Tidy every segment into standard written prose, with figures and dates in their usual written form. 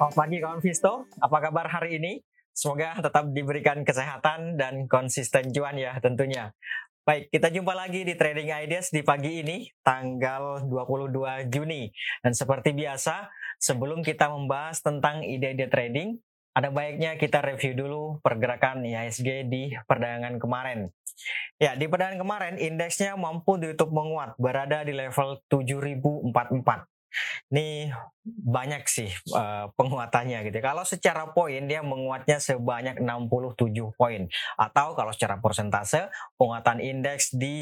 Selamat pagi kawan Visto, apa kabar hari ini? Semoga tetap diberikan kesehatan dan konsisten cuan ya tentunya. Baik, kita jumpa lagi di Trading Ideas di pagi ini, tanggal 22 Juni. Dan seperti biasa, sebelum kita membahas tentang ide-ide trading, ada baiknya kita review dulu pergerakan IHSG di perdagangan kemarin. Ya, di perdagangan kemarin indeksnya mampu ditutup menguat, berada di level 7044. Ini banyak sih penguatannya gitu. Kalau secara poin dia menguatnya sebanyak 67 poin. Atau kalau secara persentase penguatan indeks di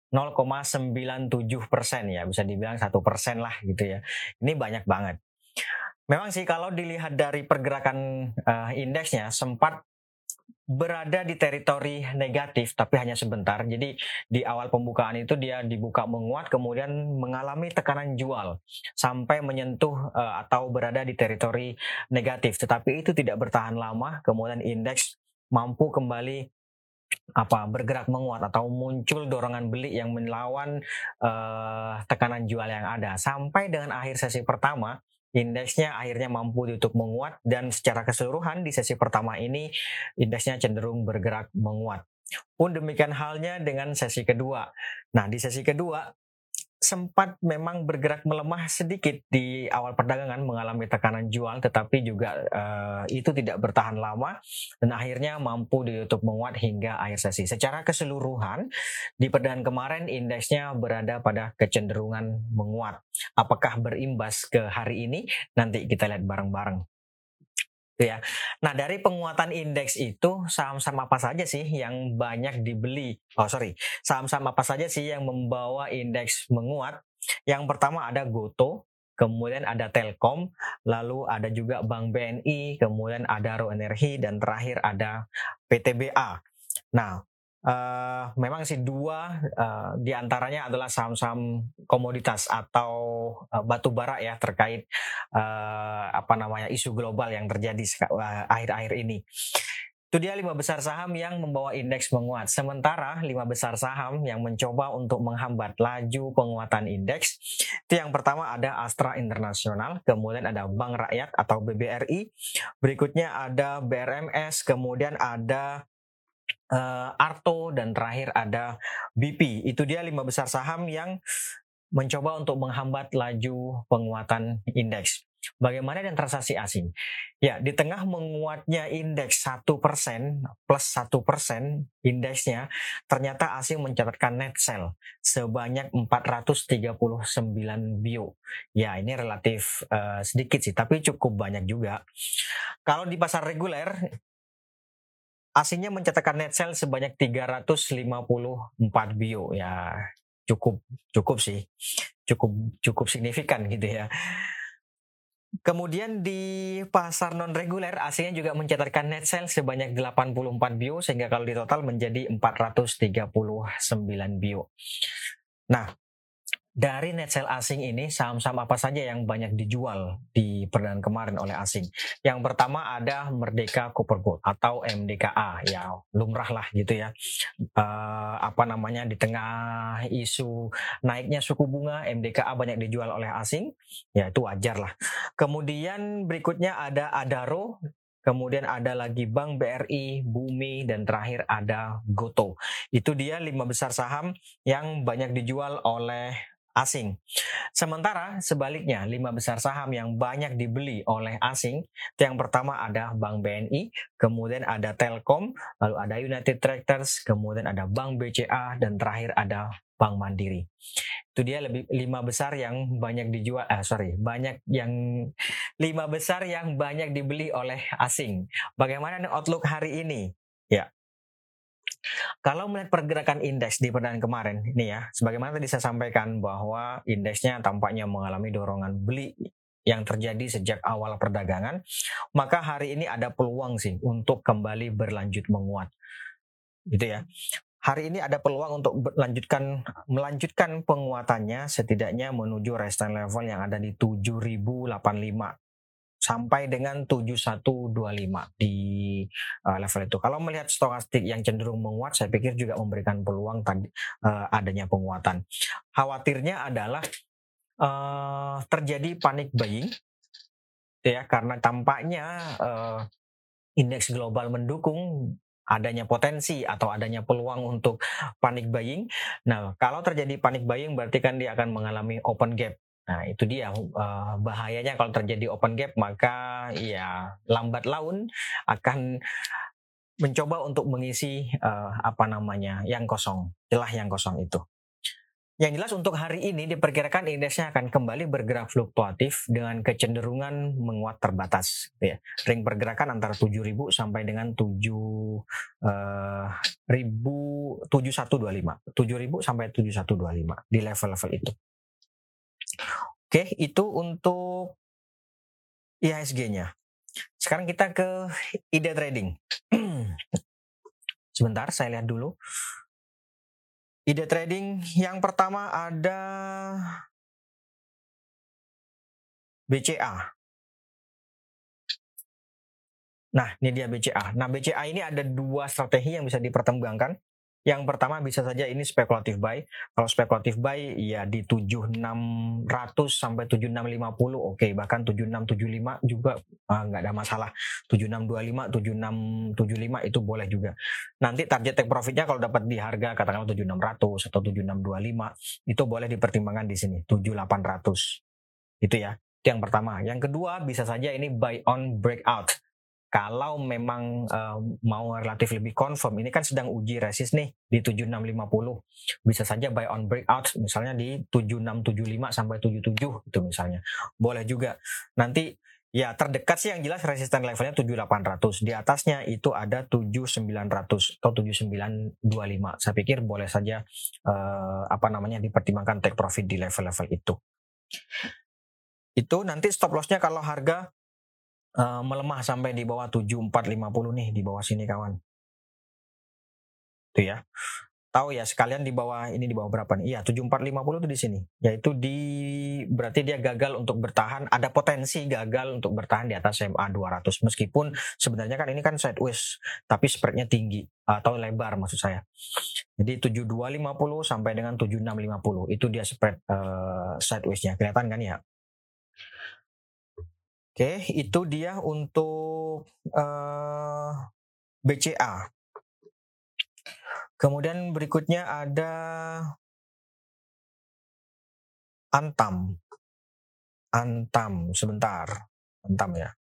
0,97% ya, bisa dibilang 1% lah gitu ya. Ini banyak banget. Memang sih kalau dilihat dari pergerakan indeksnya sempat berada di teritori negatif tapi hanya sebentar. Jadi di awal pembukaan itu dia dibuka menguat kemudian mengalami tekanan jual sampai menyentuh atau berada di teritori negatif. Tetapi itu tidak bertahan lama, kemudian indeks mampu kembali bergerak menguat atau muncul dorongan beli yang melawan tekanan jual yang ada sampai dengan akhir sesi pertama. Indeksnya akhirnya mampu ditutup menguat dan secara keseluruhan di sesi pertama ini indeksnya cenderung bergerak menguat. Pun demikian halnya dengan sesi kedua. Nah, di sesi kedua sempat memang bergerak melemah sedikit di awal perdagangan mengalami tekanan jual, tetapi juga itu tidak bertahan lama dan akhirnya mampu ditutup menguat hingga akhir sesi. Secara keseluruhan di perdagangan kemarin indeksnya berada pada kecenderungan menguat. Apakah berimbas ke hari ini? Nanti kita lihat bareng-bareng. Ya. Nah, dari penguatan indeks itu saham-saham apa saja sih yang banyak dibeli? Saham-saham apa saja sih yang membawa indeks menguat? Yang pertama ada GoTo, kemudian ada Telkom, lalu ada juga Bank BNI, kemudian ada Raw Energy, dan terakhir ada PTBA. Nah, memang sih dua di antaranya adalah saham-saham komoditas atau batu bara ya terkait isu global yang terjadi akhir-akhir ini. Itu dia 5 besar saham yang membawa indeks menguat. Sementara 5 besar saham yang mencoba untuk menghambat laju penguatan indeks, itu yang pertama ada Astra International, kemudian ada Bank Rakyat atau BBRI, berikutnya ada BRMS, kemudian ada Arto, dan terakhir ada BP. Itu dia 5 besar saham yang mencoba untuk menghambat laju penguatan indeks. Bagaimana dengan transaksi asing? Ya, di tengah menguatnya indeks 1% plus 1% indeksnya, ternyata asing mencatatkan net sell sebanyak 439 bio. Ya, ini relatif sedikit sih, tapi cukup banyak juga. Kalau di pasar reguler, asingnya mencatatkan net sell sebanyak 354 bio. Ya, cukup sih. Cukup signifikan gitu ya. Kemudian di pasar non reguler asingnya juga mencatatkan net sell sebanyak 84 bio sehingga kalau di total menjadi 439 bio. Nah, dari net sell asing ini saham-saham apa saja yang banyak dijual di perdagangan kemarin oleh asing? Yang pertama ada Merdeka Copper Gold atau MDKA, ya lumrah lah gitu ya. Di tengah isu naiknya suku bunga, MDKA banyak dijual oleh asing, ya itu wajar lah. Kemudian berikutnya ada Adaro, kemudian ada lagi Bank BRI, Bumi, dan terakhir ada GoTo. Itu dia 5 besar saham yang banyak dijual oleh asing. Sementara sebaliknya 5 besar saham yang banyak dibeli oleh asing, yang pertama ada Bank BNI, kemudian ada Telkom, lalu ada United Tractors, kemudian ada Bank BCA, dan terakhir ada Bank Mandiri. Itu dia 5 besar yang banyak dijual, 5 besar yang banyak dibeli oleh asing. Bagaimana outlook hari ini? Ya. Kalau melihat pergerakan indeks di perdagangan kemarin, ini ya, sebagaimana tadi saya sampaikan bahwa indeksnya tampaknya mengalami dorongan beli yang terjadi sejak awal perdagangan, maka hari ini ada peluang sih untuk kembali berlanjut menguat. Gitu ya. Hari ini ada peluang untuk melanjutkan penguatannya setidaknya menuju resistance level yang ada di 7.085 sampai dengan 7125 di level itu. Kalau melihat stokastik yang cenderung menguat, saya pikir juga memberikan peluang adanya penguatan. Khawatirnya adalah terjadi panic buying gitu ya, karena tampaknya indeks global mendukung adanya potensi atau adanya peluang untuk panic buying. Nah, kalau terjadi panic buying berarti kan dia akan mengalami open gap. Nah, itu dia bahayanya kalau terjadi open gap, maka ya lambat laun akan mencoba untuk mengisi yang kosong, celah yang kosong itu. Yang jelas untuk hari ini diperkirakan indeksnya akan kembali bergerak fluktuatif dengan kecenderungan menguat terbatas. Ya. Ring pergerakan antara 7.000 sampai dengan 7125. 7.000 sampai 7125 di level-level itu. Oke, itu untuk IHSG-nya. Sekarang kita ke ide trading. Sebentar, saya lihat dulu. Ide trading yang pertama ada BCA. Nah, ini dia BCA. Nah, BCA ini ada dua strategi yang bisa dipertimbangkan. Yang pertama bisa saja ini spekulatif buy. Kalau spekulatif buy ya di 7600 sampai 7650 oke, bahkan 7675 juga nggak ada masalah. 7625, 7675 itu boleh juga. Nanti target take profitnya kalau dapat di harga katakanlah 7600 atau 7625 itu boleh dipertimbangkan di sini 7800. Itu ya. Itu yang pertama. Yang kedua bisa saja ini buy on breakout. Kalau memang mau relatif lebih confirm, ini kan sedang uji resist nih di 7650. Bisa saja buy on breakout misalnya di 7675 sampai 77 itu misalnya. Boleh juga. Nanti ya terdekat sih yang jelas resisten levelnya 7800. Di atasnya itu ada 7900 atau 7925. Saya pikir boleh saja dipertimbangkan take profit di level-level itu. Itu nanti stop lossnya kalau harga melemah sampai di bawah 7450 nih, di bawah sini kawan. Itu ya. Tahu ya sekalian di bawah ini, di bawah berapa nih? Iya, 7450 itu di sini. Yaitu berarti dia gagal untuk bertahan, ada potensi gagal untuk bertahan di atas SMA 200 meskipun sebenarnya kan ini kan sideways, tapi spreadnya tinggi atau lebar maksud saya. Jadi 7250 sampai dengan 7650 itu dia spread sideways-nya. Kelihatan kan ya? Oke, itu dia untuk BCA. Kemudian berikutnya ada Antam. Sebentar. Antam ya.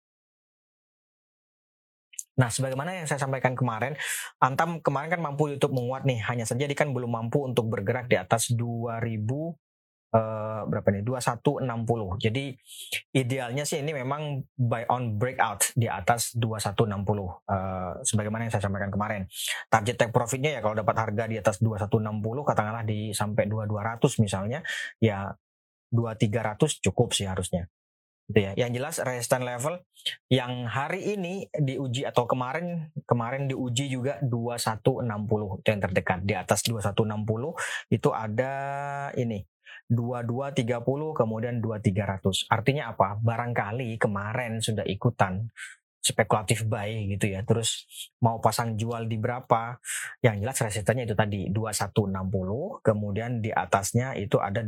Nah, sebagaimana yang saya sampaikan kemarin, Antam kemarin kan mampu YouTube menguat nih. Hanya saja dia kan belum mampu untuk bergerak di atas 2000 berapa nih 2160. Jadi idealnya sih ini memang buy on breakout di atas 2160 sebagaimana yang saya sampaikan kemarin. Target take profitnya ya kalau dapat harga di atas 2160 katakanlah di sampai 2200 misalnya ya 2300 cukup sih harusnya. Gitu ya. Yang jelas resistance level yang hari ini diuji atau kemarin diuji juga 2160 itu yang terdekat. Di atas 2160 itu ada ini 2230 kemudian 2300. Artinya apa? Barangkali kemarin sudah ikutan spekulatif buy gitu ya. Terus mau pasang jual di berapa? Yang jelas resistennya itu tadi 2160, kemudian di atasnya itu ada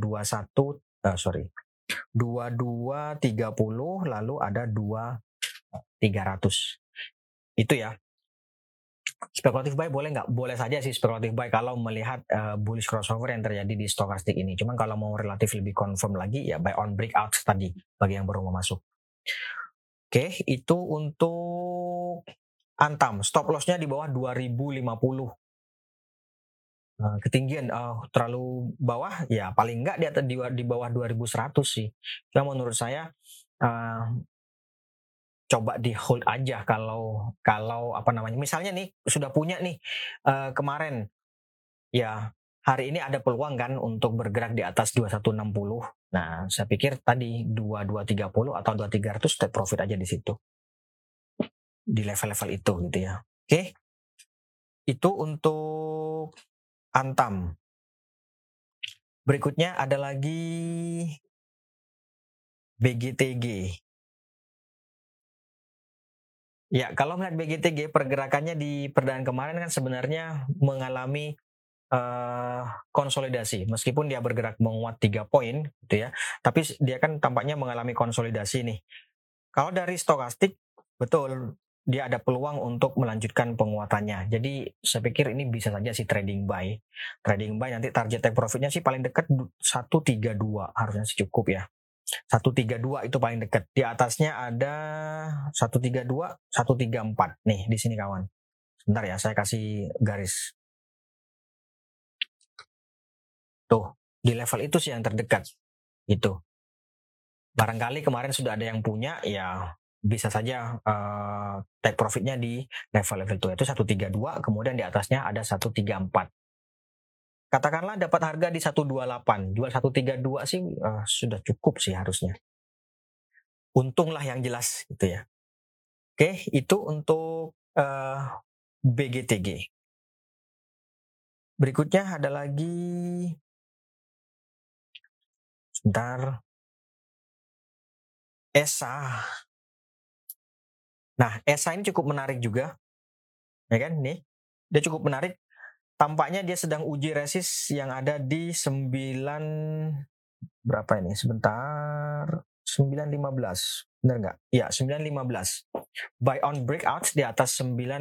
2230 lalu ada 2300. Itu ya. Spekulatif buy boleh nggak? Boleh saja sih spekulatif buy kalau melihat bullish crossover yang terjadi di stokastik ini. Cuman kalau mau relatif lebih confirm lagi ya buy on breakout tadi bagi yang baru mau masuk. Oke, itu untuk Antam. Stop lossnya di bawah 2050. Ketinggian terlalu bawah ya paling nggak di bawah 2100 sih. Cuma menurut saya coba di hold aja kalau misalnya nih sudah punya nih kemarin ya hari ini ada peluang kan untuk bergerak di atas 2160. Nah, saya pikir tadi 2230 atau 2300 take profit aja di situ. Di level-level itu gitu ya. Oke. Itu untuk Antam. Berikutnya ada lagi BGTG. Ya, kalau melihat BGTG pergerakannya di perdaan kemarin kan sebenarnya mengalami konsolidasi. Meskipun dia bergerak menguat 3 poin gitu ya, tapi dia kan tampaknya mengalami konsolidasi nih. Kalau dari stokastik, betul, dia ada peluang untuk melanjutkan penguatannya. Jadi saya pikir ini bisa saja sih trading buy. Trading buy nanti target take profitnya sih paling dekat 132 harusnya sih cukup ya. 132 itu paling dekat. Di atasnya ada 132, 134. Nih di sini kawan. Sebentar ya, saya kasih garis. Tuh, di level itu sih yang terdekat. Itu. Barangkali kemarin sudah ada yang punya, ya bisa saja take profitnya di level-level itu 132, kemudian di atasnya ada 134. Katakanlah dapat harga di 128, jual 132 sih sudah cukup sih harusnya. Untunglah yang jelas gitu ya. Oke, itu untuk BGTG. Berikutnya ada lagi, sebentar, ESA. Nah, ESA ini cukup menarik juga, ya kan? Nih, dia cukup menarik. Tampaknya dia sedang uji resist yang ada di 9, berapa ini? Sebentar, 915. Benar nggak? Ya, 915. Buy on breakout di atas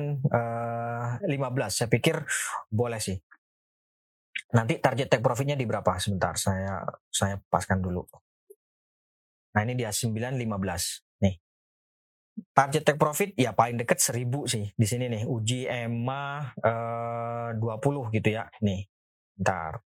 915. Saya pikir boleh sih. Nanti target take profitnya di berapa? Sebentar, saya paskan dulu. Nah, ini dia 915. Nih. Target take profit ya paling dekat 1000 sih di sini nih, uji EMA 20 gitu ya. Nih. Bentar.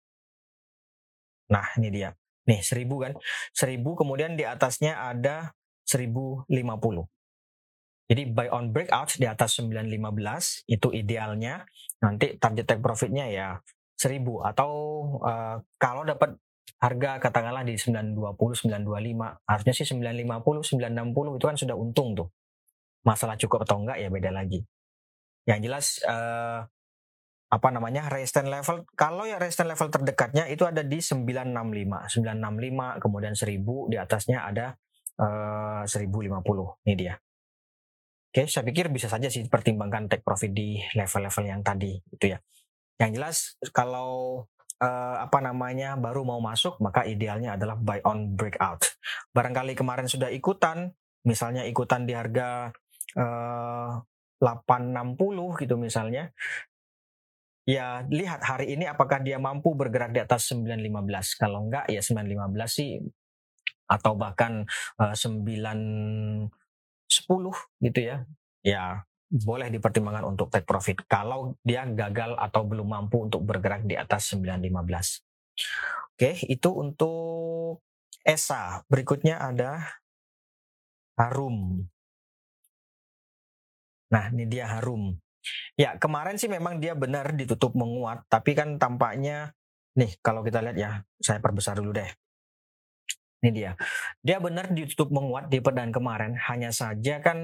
Nah, ini dia. Nih, 1000 kan. 1000 kemudian di atasnya ada 1050. Jadi buy on breakout di atas 915 itu idealnya. Nanti target take profitnya ya 1000 atau kalau dapat harga katakanlah di 920, 925, harusnya sih 950, 960 itu kan sudah untung tuh. Masalah cukup atau enggak ya beda lagi. Yang jelas resistance level, kalau ya resistance level terdekatnya itu ada di 965, kemudian 1000, di atasnya ada 1050. Ini dia. Oke, saya pikir bisa saja sih pertimbangkan take profit di level-level yang tadi gitu ya. Yang jelas kalau baru mau masuk, maka idealnya adalah buy on breakout. Barangkali kemarin sudah ikutan, misalnya ikutan di harga 860 gitu misalnya. Ya, lihat hari ini apakah dia mampu bergerak di atas 915. Kalau enggak ya 915 sih, atau bahkan 910 gitu ya. Ya, boleh dipertimbangkan untuk take profit kalau dia gagal atau belum mampu untuk bergerak di atas 915. Oke, itu untuk ESA. Berikutnya ada Harum. Nah, ini dia Harum. Ya, kemarin sih memang dia benar ditutup menguat, tapi kan tampaknya, nih kalau kita lihat ya, saya perbesar dulu deh. Ini dia. Dia benar ditutup menguat di perdaan kemarin, hanya saja kan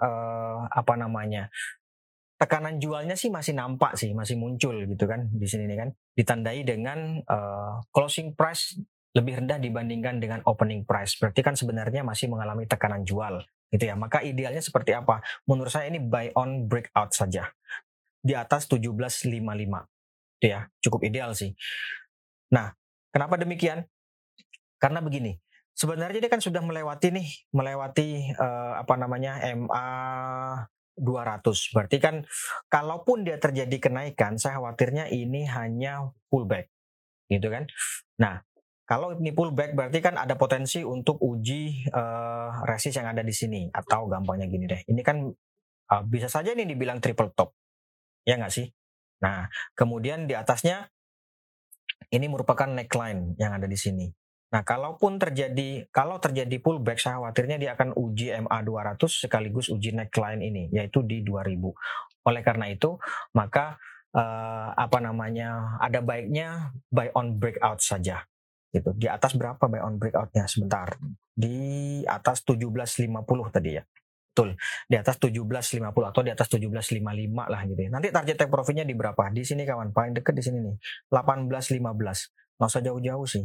tekanan jualnya sih masih nampak sih, masih muncul gitu kan di sini nih kan, ditandai dengan closing price lebih rendah dibandingkan dengan opening price. Berarti kan sebenarnya masih mengalami tekanan jual gitu ya. Maka idealnya seperti apa? Menurut saya ini buy on breakout saja di atas 1755. Itu ya, cukup ideal sih. Nah, kenapa demikian? Karena begini, sebenarnya dia kan sudah melewati MA 200. Berarti kan kalaupun dia terjadi kenaikan, saya khawatirnya ini hanya pullback, gitu kan? Nah, kalau ini pullback berarti kan ada potensi untuk uji resist yang ada di sini, atau gampangnya gini deh, ini kan bisa saja ini dibilang triple top, ya nggak sih? Nah, kemudian di atasnya ini merupakan neckline yang ada di sini. Nah, kalau terjadi pullback, saya khawatirnya dia akan uji MA 200 sekaligus uji neckline ini, yaitu di 2000. Oleh karena itu, maka ada baiknya buy on breakout saja. Gitu. Di atas berapa buy on breakoutnya? Sebentar. Di atas 1750 tadi ya. Betul, di atas 1750 atau di atas 1755 lah gitu ya. Nanti target take profitnya di berapa? Di sini kawan, paling deket di sini nih. 1815. Nggak usah jauh-jauh sih.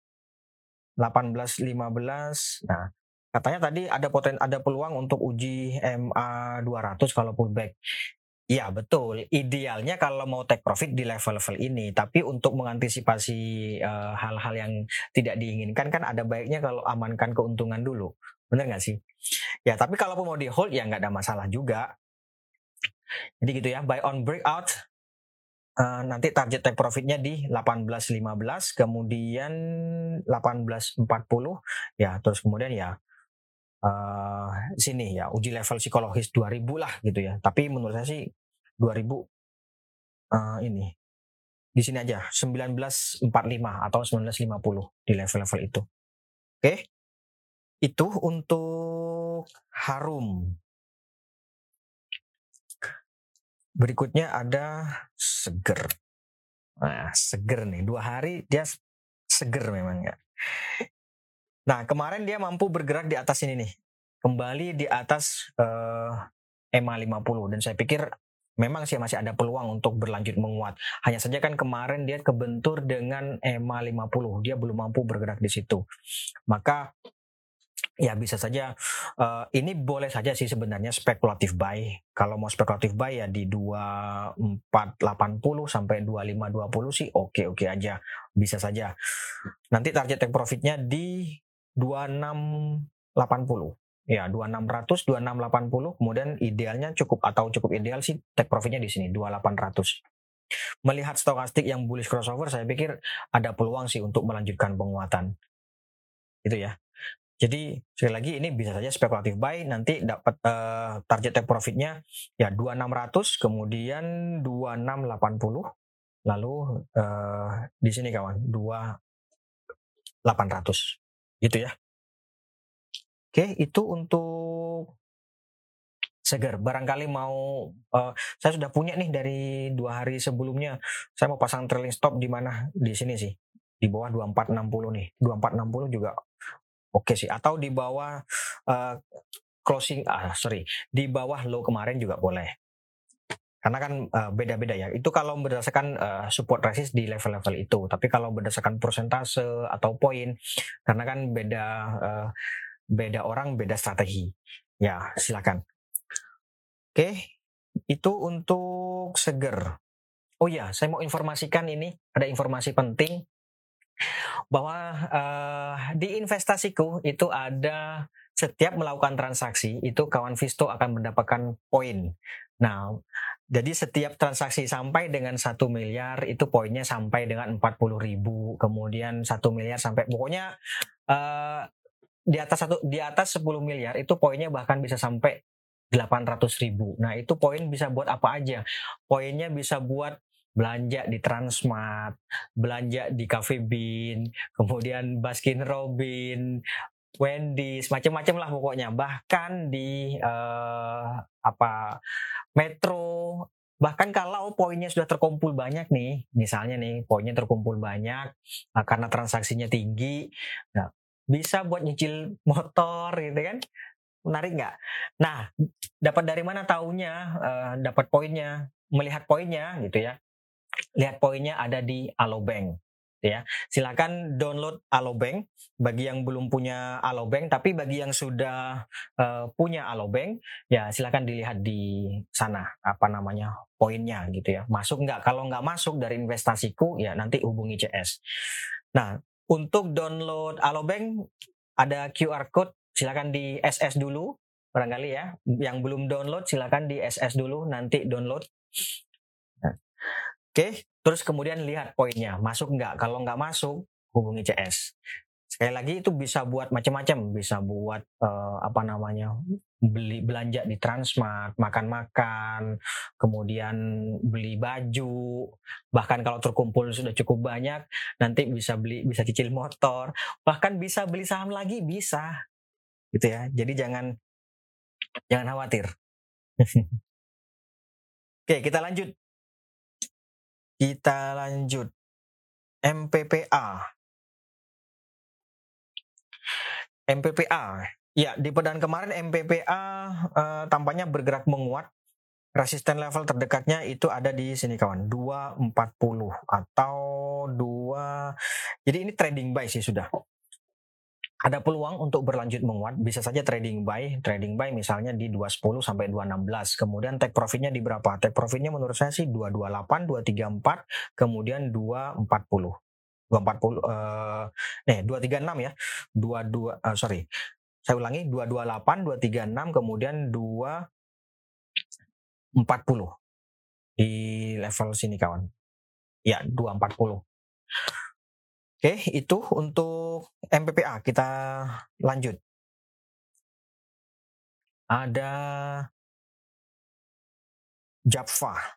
1815. Nah, katanya tadi ada peluang untuk uji MA 200 kalau pullback. Iya betul, idealnya kalau mau take profit di level-level ini, tapi untuk mengantisipasi hal-hal yang tidak diinginkan kan ada baiknya kalau amankan keuntungan dulu. Bener nggak sih? Ya, tapi kalaupun mau di hold ya nggak ada masalah juga. Jadi gitu ya, buy on breakout, nanti target take profitnya di 18.15, kemudian 18.40, ya terus kemudian ya sini ya uji level psikologis 2000 lah gitu ya. Tapi menurut saya sih 2000 ini di sini aja 1945 atau 1950 di level-level itu. Oke, itu untuk Harum. Berikutnya ada Seger. Nah, Seger nih 2 hari dia seger memang ya. Nah, kemarin dia mampu bergerak di atas ini nih, kembali di atas EMA 50, dan saya pikir memang sih masih ada peluang untuk berlanjut menguat. Hanya saja kan kemarin dia kebentur dengan EMA 50, dia belum mampu bergerak di situ. Maka ya bisa saja ini boleh saja sih sebenarnya spekulatif buy. Kalau mau spekulatif buy ya di 2480 sampai 2520 sih oke aja, bisa saja. Nanti target take profitnya di 2680. Ya, 2600, 2680, kemudian idealnya cukup ideal sih take profitnya di sini 2800. Melihat stokastik yang bullish crossover, saya pikir ada peluang sih untuk melanjutkan penguatan. Gitu ya. Jadi sekali lagi ini bisa saja spekulatif buy, nanti dapat target take profitnya ya 2600, kemudian 2680, lalu di sini kawan 2800 gitu ya. Oke, itu untuk Seger. Barangkali mau saya sudah punya nih dari 2 hari sebelumnya. Saya mau pasang trailing stop di mana? Di sini sih. Di bawah 2460 nih. 2460 juga oke sih. Atau di bawah di bawah low kemarin juga boleh. Karena kan beda-beda ya. Itu kalau berdasarkan support resist di level-level itu. Tapi kalau berdasarkan persentase atau poin, karena kan beda orang beda strategi. Ya, silakan. Oke, itu untuk Seger. Oh ya, saya mau informasikan ini, ada informasi penting bahwa di investasiku itu ada setiap melakukan transaksi itu kawan Visto akan mendapatkan poin. Nah, jadi setiap transaksi sampai dengan 1 miliar itu poinnya sampai dengan 40.000, kemudian 1 miliar sampai pokoknya di atas 10 miliar itu poinnya bahkan bisa sampai 800.000. Nah, itu poin bisa buat apa aja? Poinnya bisa buat belanja di Transmart, belanja di Cafe Bean, kemudian Baskin Robin, Wendy's, macam-macam lah pokoknya. Bahkan di Metro. Bahkan kalau poinnya sudah terkumpul banyak nih, misalnya nih poinnya terkumpul banyak karena transaksinya tinggi, nah, bisa buat nyicil motor gitu kan. Menarik nggak? Nah, dapat dari mana taunya dapat poinnya? Melihat poinnya gitu ya. Lihat poinnya ada di Alobank. Ya, silakan download Alobank bagi yang belum punya Alobank, tapi bagi yang sudah punya Alobank ya silakan dilihat di sana poinnya gitu ya. Masuk nggak? Kalau nggak masuk dari investasiku ya nanti hubungi CS. Nah, untuk download Alobank ada QR code, silakan di SS dulu barangkali ya. Yang belum download silakan di SS dulu, nanti download. Nah, oke, terus kemudian lihat poinnya, masuk nggak? Kalau nggak masuk, hubungi CS. Sekali lagi itu bisa buat macam-macam, bisa buat beli belanja di Transmart, makan-makan, kemudian beli baju, bahkan kalau terkumpul sudah cukup banyak, nanti bisa cicil motor, bahkan bisa beli saham lagi bisa, gitu ya. Jadi jangan khawatir. Oke, kita lanjut. MPPA. Ya, di perdaan kemarin MPPA tampaknya bergerak menguat. Resisten level terdekatnya itu ada di sini kawan, 240 atau 2. Jadi ini trading buy sih sudah. Ada peluang untuk berlanjut menguat, bisa saja trading buy misalnya di 210 sampai 216. Kemudian take profitnya di berapa? Take profitnya menurut saya sih 228, 234, kemudian 240. 236 ya. Saya ulangi, 228, 236, kemudian 240 di level sini kawan. Ya, 240. Oke, itu untuk MPPA. Kita lanjut. Ada Java.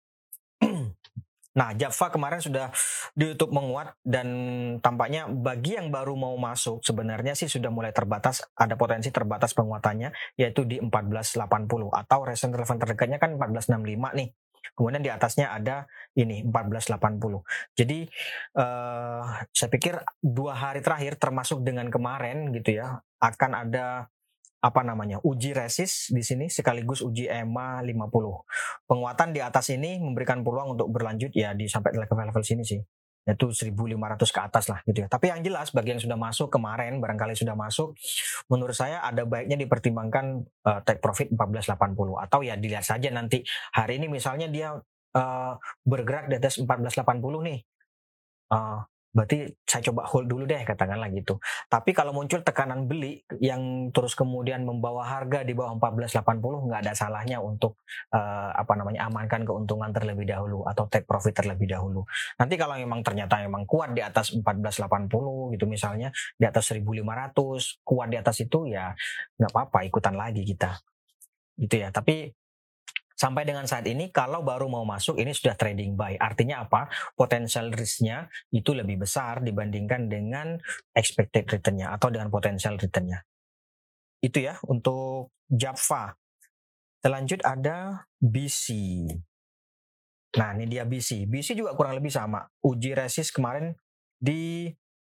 Nah, Java kemarin sudah di YouTube menguat dan tampaknya bagi yang baru mau masuk sebenarnya sih sudah mulai terbatas, ada potensi terbatas penguatannya yaitu di 1480 atau recent level terdekatnya kan 1465 nih. Kemudian di atasnya ada ini 1480. Jadi saya pikir 2 hari terakhir termasuk dengan kemarin gitu ya akan ada uji resist di sini sekaligus uji EMA 50. Penguatan di atas ini memberikan peluang untuk berlanjut ya di sampai level-level sini sih. Yaitu 1.500 ke atas lah gitu ya. Tapi yang jelas bagi yang sudah masuk kemarin barangkali sudah masuk, menurut saya ada baiknya dipertimbangkan take profit 1480 atau ya dilihat saja nanti hari ini misalnya dia bergerak di atas 1480 nih. Berarti saya coba hold dulu deh katakanlah gitu. Tapi kalau muncul tekanan beli yang terus kemudian membawa harga di bawah 1480 nggak ada salahnya untuk amankan keuntungan terlebih dahulu atau take profit terlebih dahulu. Nanti kalau memang ternyata memang kuat di atas 1480 gitu misalnya di atas 1500 kuat di atas itu ya nggak apa-apa ikutan lagi kita gitu ya. Tapi sampai dengan saat ini kalau baru mau masuk ini sudah trading buy. Artinya apa? Potensial risk-nya itu lebih besar dibandingkan dengan expected return-nya atau dengan potensial return-nya. Itu ya untuk Java. Selanjut ada BC. Nah ini dia BC. BC juga kurang lebih sama. Uji resist kemarin di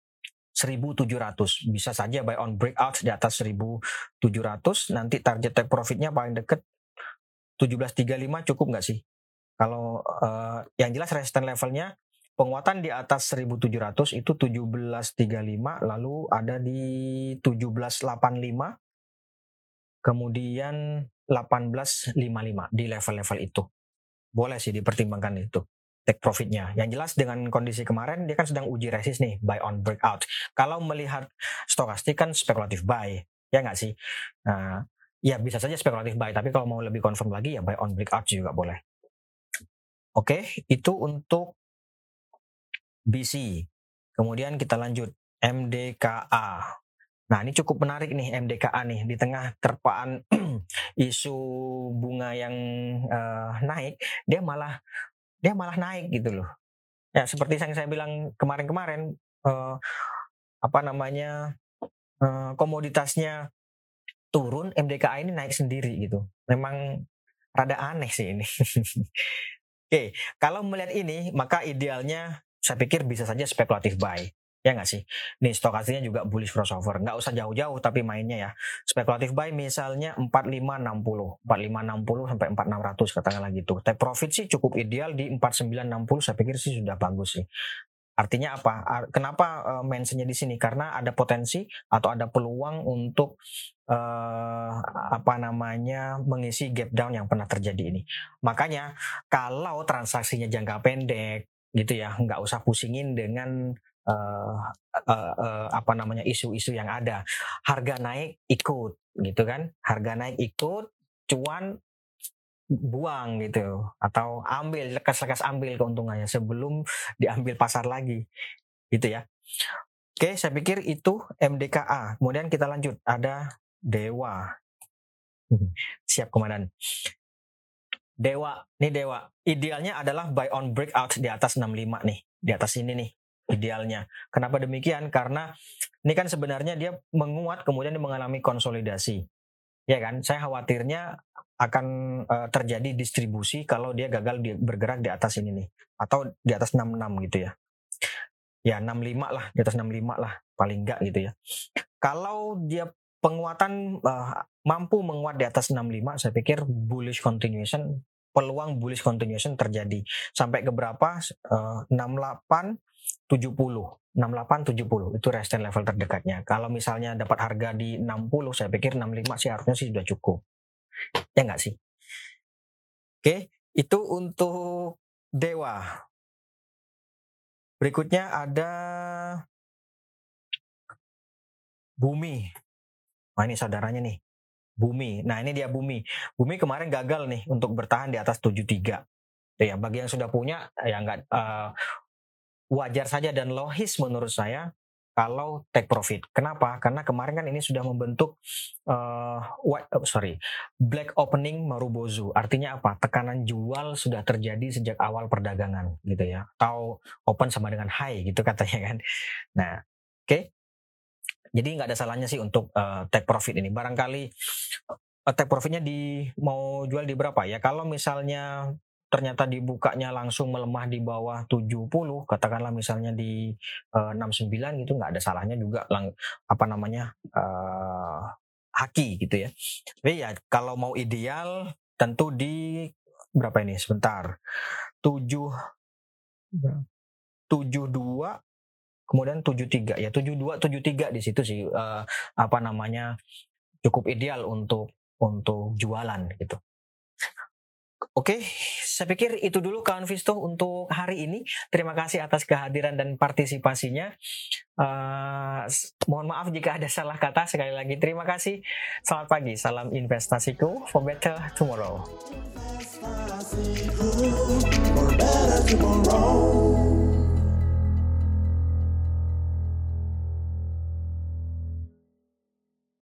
1700. Bisa saja buy on breakout di atas 1700. Nanti target take profit-nya paling deket 1735 cukup nggak sih? Kalau yang jelas resistance levelnya penguatan di atas 1700 itu 1735, lalu ada di 1785, kemudian 1855 di level-level itu. Boleh sih dipertimbangkan itu take profitnya. Yang jelas dengan kondisi kemarin dia kan sedang uji resist nih, buy on breakout. Kalau melihat stokastik kan spekulatif buy, ya nggak sih? Nah, ya bisa saja spekulatif buy, tapi kalau mau lebih confirm lagi ya buy on breakout juga boleh. Oke, itu untuk BC. Kemudian kita lanjut MDKA. Nah, ini cukup menarik nih MDKA nih di tengah terpaan isu bunga yang naik, dia malah naik gitu loh. Ya, seperti yang saya bilang kemarin-kemarin komoditasnya turun, MDKA ini naik sendiri gitu. Memang rada aneh sih ini. Oke, kalau melihat ini, maka idealnya saya pikir bisa saja spekulatif buy. Ya nggak sih? Nih stokastiknya juga bullish crossover. Nggak usah jauh-jauh tapi mainnya ya. Spekulatif buy misalnya 4560. 4560 sampai 4600 katakanlah gitu. Take profit sih cukup ideal di 4960 saya pikir sih sudah bagus sih. Artinya apa? Kenapa mentionnya di sini? Karena ada potensi atau ada peluang untuk mengisi gap down yang pernah terjadi ini. Makanya kalau transaksinya jangka pendek gitu ya, nggak usah pusingin dengan isu-isu yang ada. Harga naik ikut gitu kan? Harga naik ikut, cuan buang gitu atau ambil lekas-lekas ambil keuntungannya sebelum diambil pasar lagi gitu ya. Oke, saya pikir itu MDKA. Kemudian kita lanjut ada Dewa. Siap komandan. Dewa, nih Dewa. Idealnya adalah buy on breakout di atas 65 nih, di atas ini nih idealnya. Kenapa demikian? Karena ini kan sebenarnya dia menguat kemudian mengalami konsolidasi. Ya kan? Saya khawatirnya akan terjadi distribusi kalau dia gagal bergerak di atas ini nih atau di atas 66 gitu ya. Ya 65 lah, di atas 65 lah paling enggak gitu ya. Kalau dia penguatan mampu menguat di atas 65, saya pikir bullish continuation, peluang bullish continuation terjadi sampai ke berapa? 68 70. 68 70 itu resistance level terdekatnya. Kalau misalnya dapat harga di 60, saya pikir 65 sih harusnya sih sudah cukup. Ya enggak sih? Oke, itu untuk Dewa. Berikutnya ada Bumi. Wah, ini saudaranya nih, Bumi. Nah, ini dia Bumi. Bumi kemarin gagal nih untuk bertahan di atas 73. Ya, bagi yang sudah punya ya nggak wajar saja dan logis menurut saya kalau take profit. Kenapa? Karena kemarin kan ini sudah membentuk black opening Marubozu. Artinya apa? Tekanan jual sudah terjadi sejak awal perdagangan gitu ya. Atau open sama dengan high gitu katanya kan. Nah, oke. Jadi nggak ada salahnya sih untuk take profit ini. Barangkali take profitnya mau jual di berapa ya? Kalau misalnya ternyata dibukanya langsung melemah di bawah 70, katakanlah misalnya di 69 gitu, nggak ada salahnya juga haki gitu ya. Tapi ya kalau mau ideal tentu di berapa ini? Sebentar. 72 kemudian 73 ya, 72 73 di situ sih cukup ideal untuk jualan gitu. Oke, saya pikir itu dulu kawan Visto untuk hari ini. Terima kasih atas kehadiran dan partisipasinya. Mohon maaf jika ada salah kata. Sekali lagi terima kasih. Selamat pagi, salam investasiku for better tomorrow.